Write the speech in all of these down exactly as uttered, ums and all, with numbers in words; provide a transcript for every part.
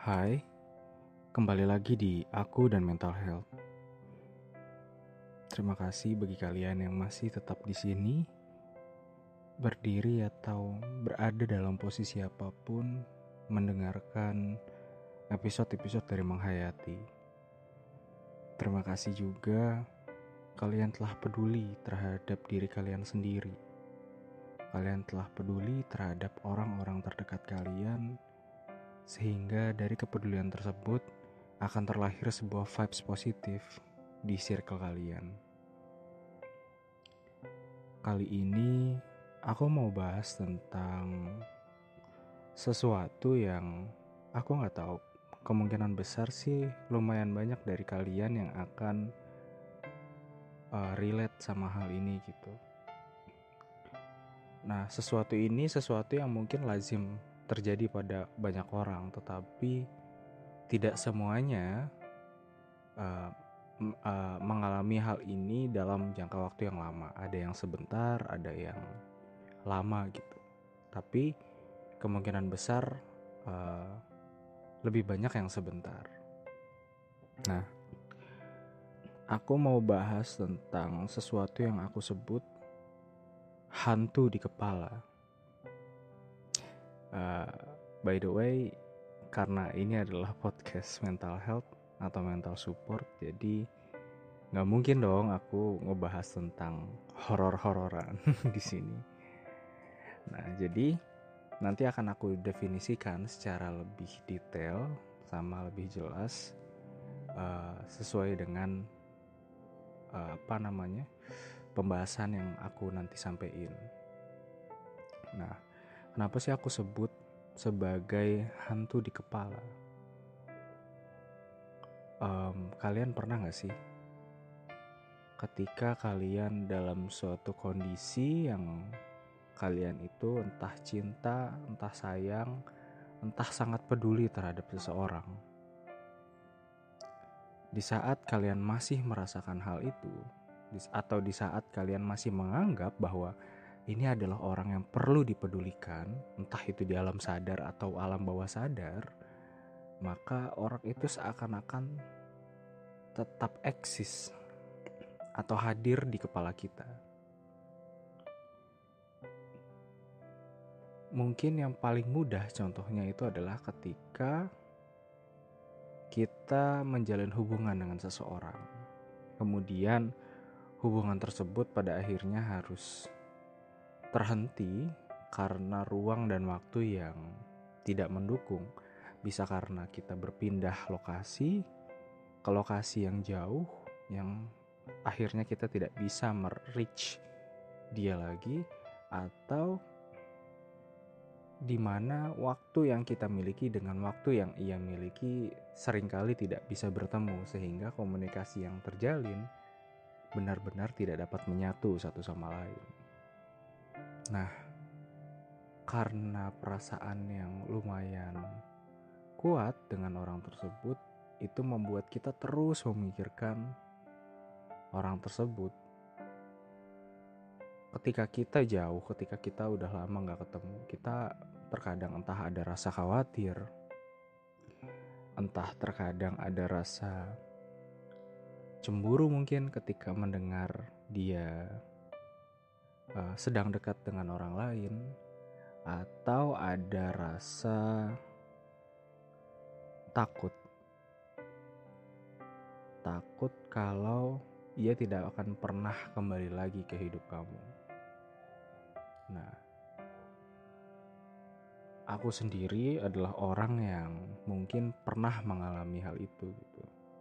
Hai, kembali lagi di Aku dan Mental Health. Terima kasih bagi kalian yang masih tetap di sini, berdiri atau berada dalam posisi apapun, mendengarkan episode-episode dari Menghayati. Terima kasih juga kalian telah peduli terhadap diri kalian sendiri. Kalian telah peduli terhadap orang-orang terdekat kalian, sehingga dari kepedulian tersebut akan terlahir sebuah vibes positif di circle kalian. Kali ini aku mau bahas tentang sesuatu yang aku gak tahu, kemungkinan besar sih lumayan banyak dari kalian yang akan uh, relate sama hal ini gitu. Nah, sesuatu ini sesuatu yang mungkin lazim terjadi pada banyak orang, tetapi tidak semuanya uh, m- uh, mengalami hal ini dalam jangka waktu yang lama. Ada yang sebentar, ada yang lama gitu. Tapi kemungkinan besar uh, lebih banyak yang sebentar. Nah, aku mau bahas tentang sesuatu yang aku sebut hantu di kepala. Uh, by the way, karena ini adalah podcast mental health atau mental support, jadi nggak mungkin dong aku ngebahas tentang horor-hororan di sini. Nah, jadi nanti akan aku definisikan secara lebih detail sama lebih jelas uh, sesuai dengan uh, apa namanya pembahasan yang aku nanti sampaikan. Nah, kenapa sih aku sebut sebagai hantu di kepala? Um, kalian pernah gak sih ketika kalian dalam suatu kondisi yang kalian itu entah cinta, entah sayang, entah sangat peduli terhadap seseorang. Di saat kalian masih merasakan hal itu, atau di saat kalian masih menganggap bahwa ini adalah orang yang perlu dipedulikan, entah itu di alam sadar atau alam bawah sadar, maka orang itu seakan-akan tetap eksis atau hadir di kepala kita. Mungkin yang paling mudah contohnya itu adalah ketika kita menjalin hubungan dengan seseorang. Kemudian hubungan tersebut pada akhirnya harus terhenti karena ruang dan waktu yang tidak mendukung. Bisa karena kita berpindah lokasi ke lokasi yang jauh, yang akhirnya kita tidak bisa mer-reach dia lagi, atau di mana waktu yang kita miliki dengan waktu yang ia miliki seringkali tidak bisa bertemu, sehingga komunikasi yang terjalin benar-benar tidak dapat menyatu satu sama lain. Nah, karena perasaan yang lumayan kuat dengan orang tersebut, itu membuat kita terus memikirkan orang tersebut. Ketika kita jauh, ketika kita udah lama gak ketemu, kita terkadang entah ada rasa khawatir, entah terkadang ada rasa cemburu mungkin ketika mendengar dia uh, sedang dekat dengan orang lain, atau ada rasa takut. Takut kalau ia tidak akan pernah kembali lagi ke hidup kamu. Nah, aku sendiri adalah orang yang mungkin pernah mengalami hal itu gitu.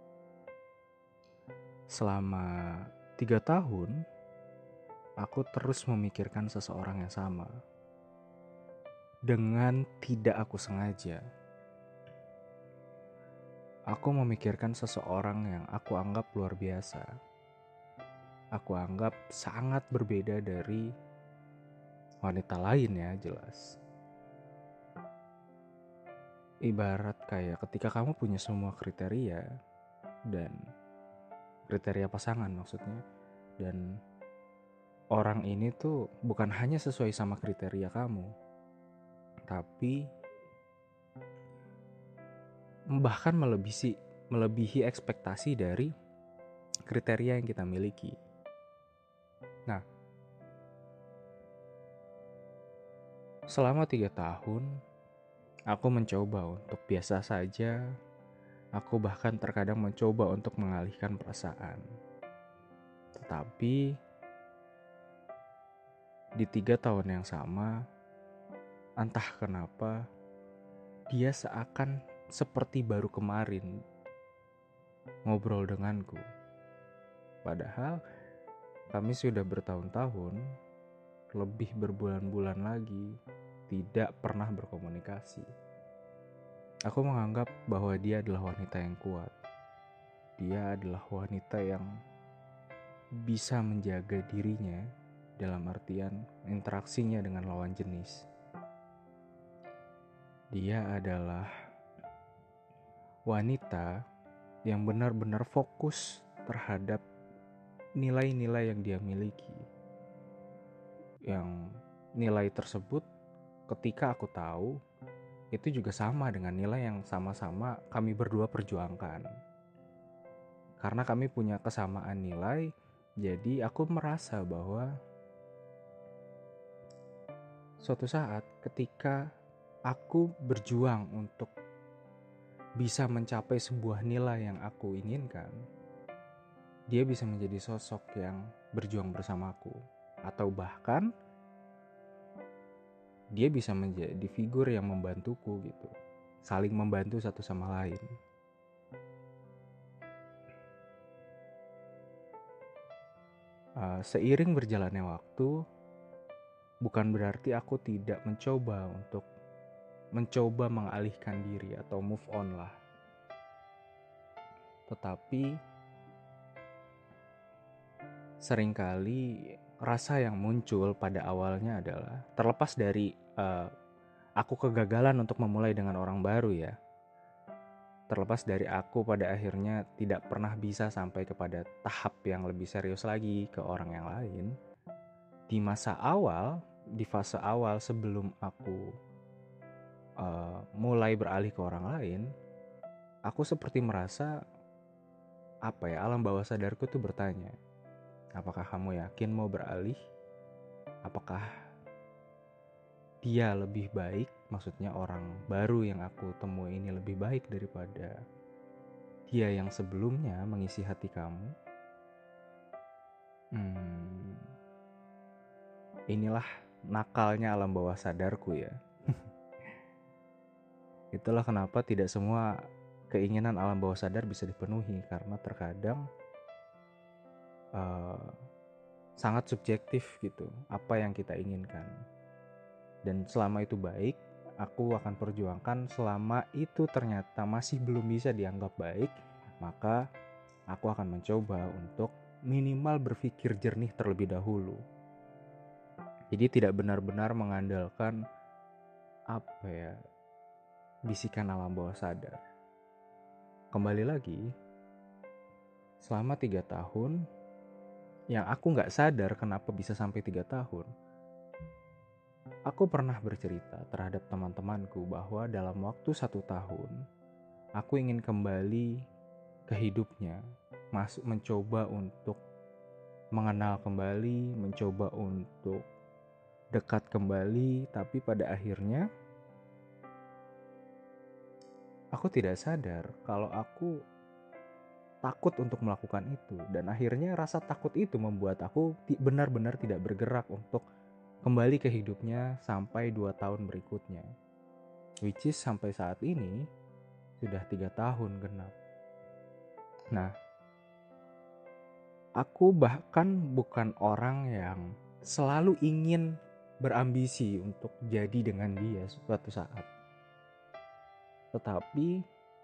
Selama tiga tahun, aku terus memikirkan seseorang yang sama. Dengan tidak aku sengaja, aku memikirkan seseorang yang aku anggap luar biasa. Aku anggap sangat berbeda dari wanita lain ya, jelas. Ibarat kayak ketika kamu punya semua kriteria, dan kriteria pasangan maksudnya, dan orang ini tuh bukan hanya sesuai sama kriteria kamu, tapi bahkan melebihi melebihi ekspektasi dari kriteria yang kita miliki. Nah, selama tiga tahun aku mencoba untuk biasa saja. Aku bahkan terkadang mencoba untuk mengalihkan perasaan. Tetapi di tiga tahun yang sama, entah kenapa dia seakan seperti baru kemarin ngobrol denganku. Padahal kami sudah bertahun-tahun, lebih berbulan-bulan lagi, tidak pernah berkomunikasi. Aku menganggap bahwa dia adalah wanita yang kuat. Dia adalah wanita yang bisa menjaga dirinya dalam artian interaksinya dengan lawan jenis. Dia adalah wanita yang benar-benar fokus terhadap nilai-nilai yang dia miliki. Yang nilai tersebut ketika aku tahu itu juga sama dengan nilai yang sama-sama kami berdua perjuangkan. Karena kami punya kesamaan nilai, jadi aku merasa bahwa suatu saat ketika aku berjuang untuk bisa mencapai sebuah nilai yang aku inginkan, dia bisa menjadi sosok yang berjuang bersamaku. Atau bahkan dia bisa menjadi figur yang membantuku gitu. Saling membantu satu sama lain. Uh, seiring berjalannya waktu, bukan berarti aku tidak mencoba untuk mencoba mengalihkan diri atau move on lah. Tetapi seringkali rasa yang muncul pada awalnya adalah terlepas dari uh, aku kegagalan untuk memulai dengan orang baru ya. Terlepas dari aku pada akhirnya tidak pernah bisa sampai kepada tahap yang lebih serius lagi ke orang yang lain. Di masa awal, di fase awal sebelum aku uh, mulai beralih ke orang lain, aku seperti merasa apa ya, alam bawah sadarku tuh bertanya, apakah kamu yakin mau beralih? Apakah dia lebih baik? Maksudnya orang baru yang aku temui ini lebih baik daripada dia yang sebelumnya mengisi hati kamu? Hmm, inilah nakalnya alam bawah sadarku ya. Itulah kenapa tidak semua keinginan alam bawah sadar bisa dipenuhi, karena terkadang uh, sangat subjektif gitu apa yang kita inginkan. Dan selama itu baik, aku akan perjuangkan. Selama itu ternyata masih belum bisa dianggap baik, maka aku akan mencoba untuk minimal berpikir jernih terlebih dahulu. Jadi tidak benar-benar mengandalkan apa ya, bisikan alam bawah sadar. Kembali lagi, selama tiga tahun yang aku gak sadar kenapa bisa sampai tiga tahun, aku pernah bercerita terhadap teman-temanku bahwa dalam waktu satu tahun aku ingin kembali ke hidupnya, masuk mencoba untuk mengenal kembali, mencoba untuk dekat kembali. Tapi pada akhirnya aku tidak sadar kalau aku takut untuk melakukan itu. Dan akhirnya rasa takut itu membuat aku benar-benar tidak bergerak untuk kembali ke hidupnya sampai dua tahun berikutnya, which is sampai saat ini sudah tiga tahun genap. Nah, aku bahkan bukan orang yang selalu ingin berambisi untuk jadi dengan dia suatu saat. Tetapi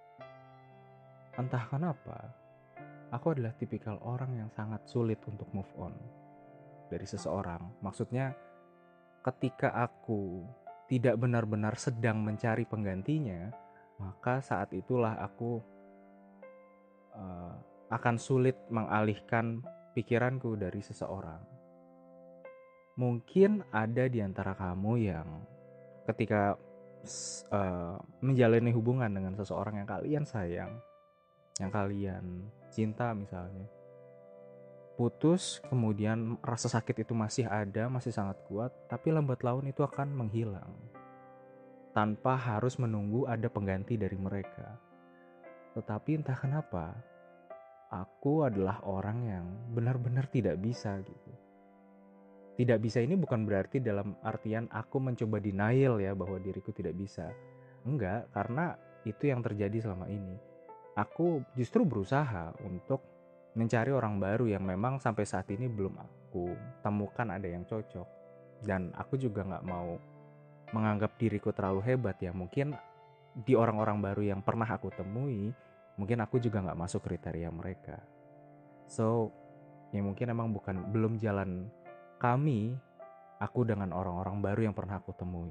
entah kenapa, aku adalah tipikal orang yang sangat sulit untuk move on dari seseorang. Maksudnya ketika aku tidak benar-benar sedang mencari penggantinya, maka saat itulah aku uh, akan sulit mengalihkan pikiranku dari seseorang. Mungkin ada di antara kamu yang ketika uh, menjalani hubungan dengan seseorang yang kalian sayang, yang kalian cinta misalnya, putus, kemudian rasa sakit itu masih ada, masih sangat kuat, tapi lambat laun itu akan menghilang tanpa harus menunggu ada pengganti dari mereka. Tetapi entah kenapa, aku adalah orang yang benar-benar tidak bisa gitu. Tidak bisa ini bukan berarti dalam artian aku mencoba denial ya bahwa diriku tidak bisa. Enggak, karena itu yang terjadi selama ini. Aku justru berusaha untuk mencari orang baru yang memang sampai saat ini belum aku temukan ada yang cocok. Dan aku juga gak mau menganggap diriku terlalu hebat ya. Mungkin di orang-orang baru yang pernah aku temui, mungkin aku juga gak masuk kriteria mereka. So, ya mungkin emang bukan belum jalan kami, aku dengan orang-orang baru yang pernah aku temui.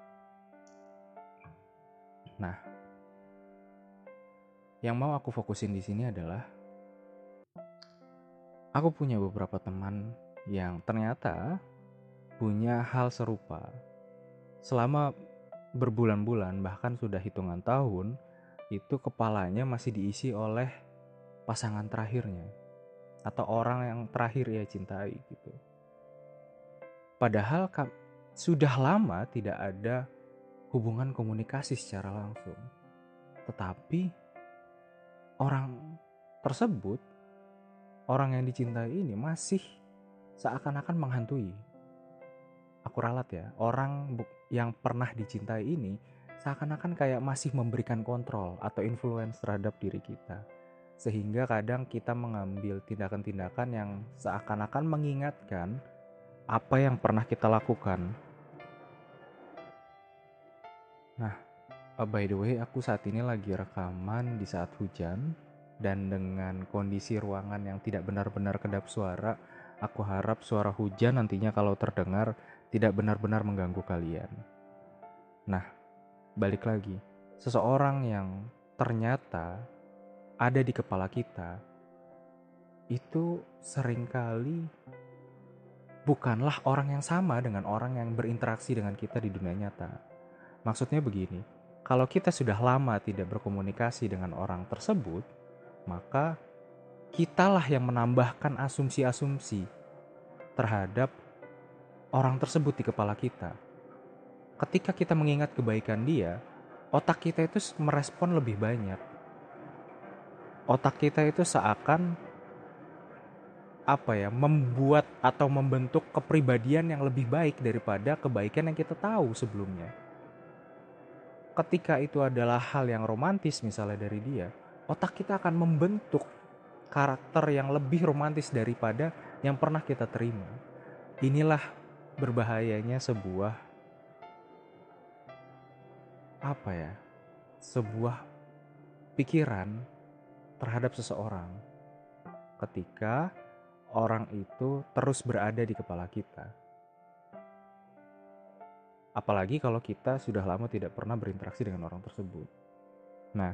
Nah, yang mau aku fokusin di sini adalah aku punya beberapa teman yang ternyata punya hal serupa. Selama berbulan-bulan, bahkan sudah hitungan tahun, itu kepalanya masih diisi oleh pasangan terakhirnya atau orang yang terakhir ia cintai gitu. Padahal sudah lama tidak ada hubungan komunikasi secara langsung. Tetapi orang tersebut, orang yang dicintai ini masih seakan-akan menghantui. Aku ralat ya, orang yang pernah dicintai ini seakan-akan kayak masih memberikan kontrol atau influence terhadap diri kita. Sehingga kadang kita mengambil tindakan-tindakan yang seakan-akan mengingatkan apa yang pernah kita lakukan. Nah, by the way, aku saat ini lagi rekaman di saat hujan dan dengan kondisi ruangan yang tidak benar-benar kedap suara. Aku harap suara hujan nantinya kalau terdengar tidak benar-benar mengganggu kalian. Nah, balik lagi, seseorang yang ternyata ada di kepala kita itu seringkali bukanlah orang yang sama dengan orang yang berinteraksi dengan kita di dunia nyata. Maksudnya begini, kalau kita sudah lama tidak berkomunikasi dengan orang tersebut, maka kitalah yang menambahkan asumsi-asumsi terhadap orang tersebut di kepala kita. Ketika kita mengingat kebaikan dia, otak kita itu merespon lebih banyak. Otak kita itu seakan apa ya, membuat atau membentuk kepribadian yang lebih baik daripada kebaikan yang kita tahu sebelumnya. Ketika itu adalah hal yang romantis misalnya dari dia, otak kita akan membentuk karakter yang lebih romantis daripada yang pernah kita terima. Inilah berbahayanya sebuah apa ya, sebuah pikiran terhadap seseorang ketika orang itu terus berada di kepala kita. Apalagi kalau kita sudah lama tidak pernah berinteraksi dengan orang tersebut. Nah,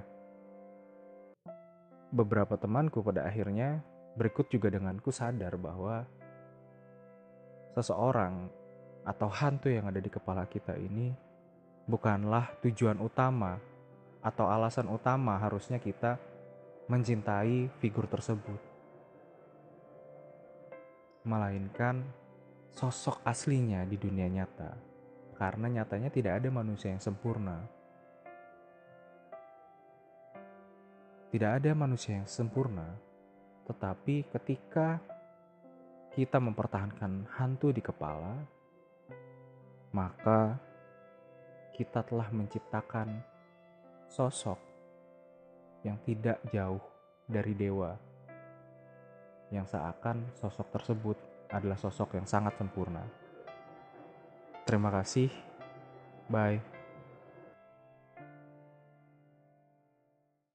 beberapa temanku pada akhirnya berikut juga denganku sadar bahwa seseorang atau hantu yang ada di kepala kita ini bukanlah tujuan utama atau alasan utama harusnya kita mencintai figur tersebut. Melainkan sosok aslinya di dunia nyata. Karena nyatanya tidak ada manusia yang sempurna. Tidak ada manusia yang sempurna. Tetapi ketika kita mempertahankan hantu di kepala, maka kita telah menciptakan sosok yang tidak jauh dari dewa, yang seakan sosok tersebut adalah sosok yang sangat sempurna. Terima kasih. Bye.